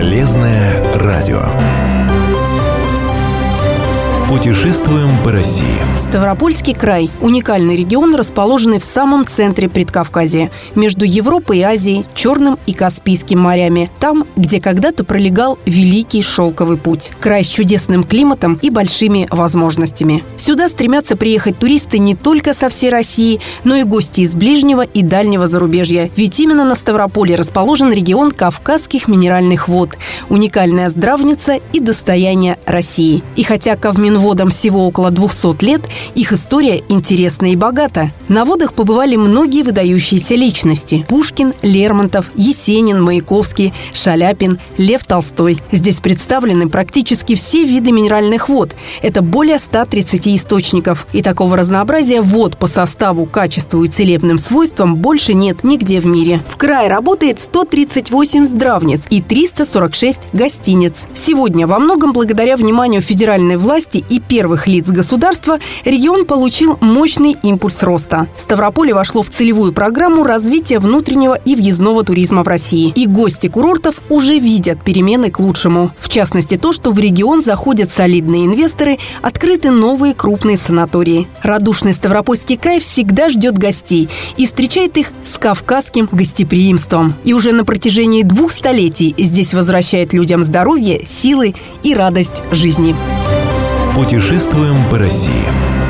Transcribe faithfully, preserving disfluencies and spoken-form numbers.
Полезное радио. Путешествуем по России. Ставропольский край – уникальный регион, расположенный в самом центре Предкавказья, между Европой и Азией, Черным и Каспийским морями, там, где когда-то пролегал Великий Шелковый путь. Край с чудесным климатом и большими возможностями. Сюда стремятся приехать туристы не только со всей России, но и гости из ближнего и дальнего зарубежья. Ведь именно на Ставрополе расположен регион Кавказских минеральных вод, уникальная здравница и достояние России. И хотя Кавминводам всего около двухсот лет, их история интересна и богата. На водах побывали многие выдающиеся личности: Пушкин, Лермонтов, Есенин, Маяковский, Шаляпин, Лев Толстой. Здесь представлены практически все виды минеральных вод. Это более ста тридцати источников. И такого разнообразия вод по составу, качеству и целебным свойствам больше нет нигде в мире. В крае работает сто тридцать восемь здравниц и триста сорок шесть гостиниц. Сегодня во многом благодаря вниманию федеральной власти и первых лиц государства регион получил мощный импульс роста. Ставрополье вошло в целевую программу развития внутреннего и въездного туризма в России. И гости курортов уже видят перемены к лучшему. В частности, то, что в регион заходят солидные инвесторы, открыты новые крупные санатории. Радушный Ставропольский край всегда ждет гостей и встречает их с кавказским гостеприимством. И уже на протяжении двух столетий здесь возвращает людям здоровье, силы и радость жизни. Путешествуем по России.